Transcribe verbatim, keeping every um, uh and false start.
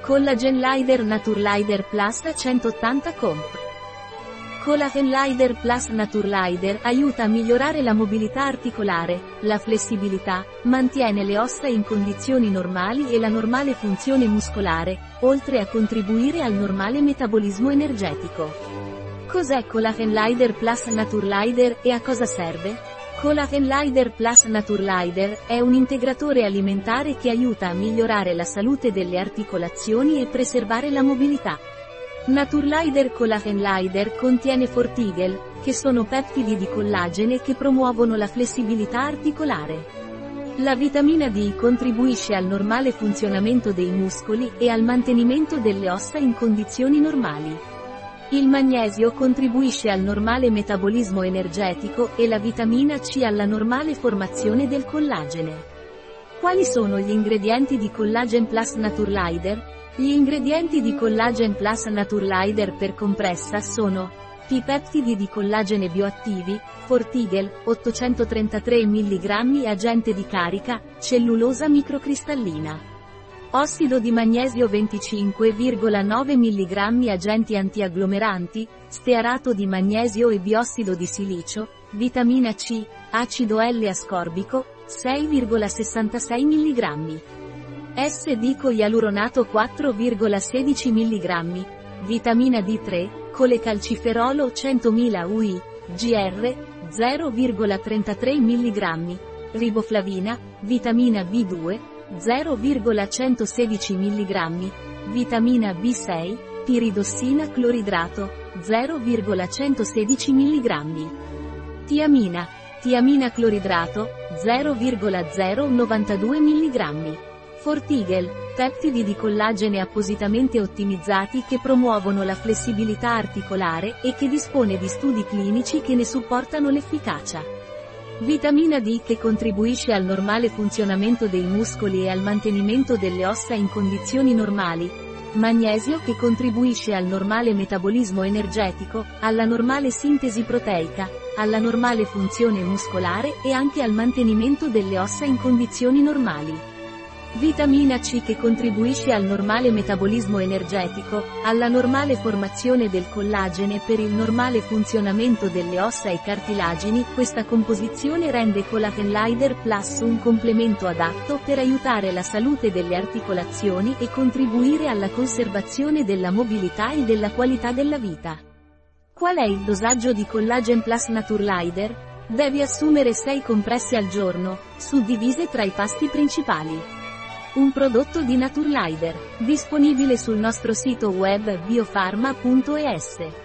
Collagen Lider Naturlider Plus centottanta Comp. Collagen Lider Plus Naturlider aiuta a migliorare la mobilità articolare, la flessibilità, mantiene le ossa in condizioni normali e la normale funzione muscolare, oltre a contribuire al normale metabolismo energetico. Cos'è Collagen Lider Plus Naturlider e a cosa serve? Collagen Lider Plus Naturlider è un integratore alimentare che aiuta a migliorare la salute delle articolazioni e preservare la mobilità. Naturlider Collagen Lider contiene Fortigel, che sono peptidi di collagene che promuovono la flessibilità articolare. La vitamina D contribuisce al normale funzionamento dei muscoli e al mantenimento delle ossa in condizioni normali. Il magnesio contribuisce al normale metabolismo energetico e la vitamina C alla normale formazione del collagene. Quali sono gli ingredienti di Collagen Plus Naturlider? Gli ingredienti di Collagen Plus Naturlider per compressa sono P-peptidi di collagene bioattivi, Fortigel, ottocentotrentatré milligrammi agente di carica, cellulosa microcristallina. Ossido di magnesio venticinque virgola nove milligrammi agenti antiagglomeranti, stearato di magnesio e biossido di silicio, vitamina C, acido L-ascorbico, sei virgola sessantasei milligrammi. S-dico-ialuronato quattro virgola sedici milligrammi, vitamina D tre, colecalciferolo centomila U I, G R, zero virgola trentatré milligrammi, riboflavina, vitamina B due, zero virgola centosedici milligrammi, vitamina B sei, piridossina cloridrato, zero virgola centosedici milligrammi. Tiamina, tiamina cloridrato, zero virgola zero novantadue milligrammi. Fortigel, peptidi di collagene appositamente ottimizzati che promuovono la flessibilità articolare e che dispone di studi clinici che ne supportano l'efficacia. Vitamina D che contribuisce al normale funzionamento dei muscoli e al mantenimento delle ossa in condizioni normali. Magnesio che contribuisce al normale metabolismo energetico, alla normale sintesi proteica, alla normale funzione muscolare e anche al mantenimento delle ossa in condizioni normali. Vitamina C che contribuisce al normale metabolismo energetico, alla normale formazione del collagene per il normale funzionamento delle ossa e cartilagini. Questa composizione rende Collagen Lider Plus un complemento adatto per aiutare la salute delle articolazioni e contribuire alla conservazione della mobilità e della qualità della vita. Qual è il dosaggio di Collagen Plus Naturlider? Devi assumere sei compresse al giorno, suddivise tra i pasti principali. Un prodotto di Naturlider, disponibile sul nostro sito web biofarma punto es.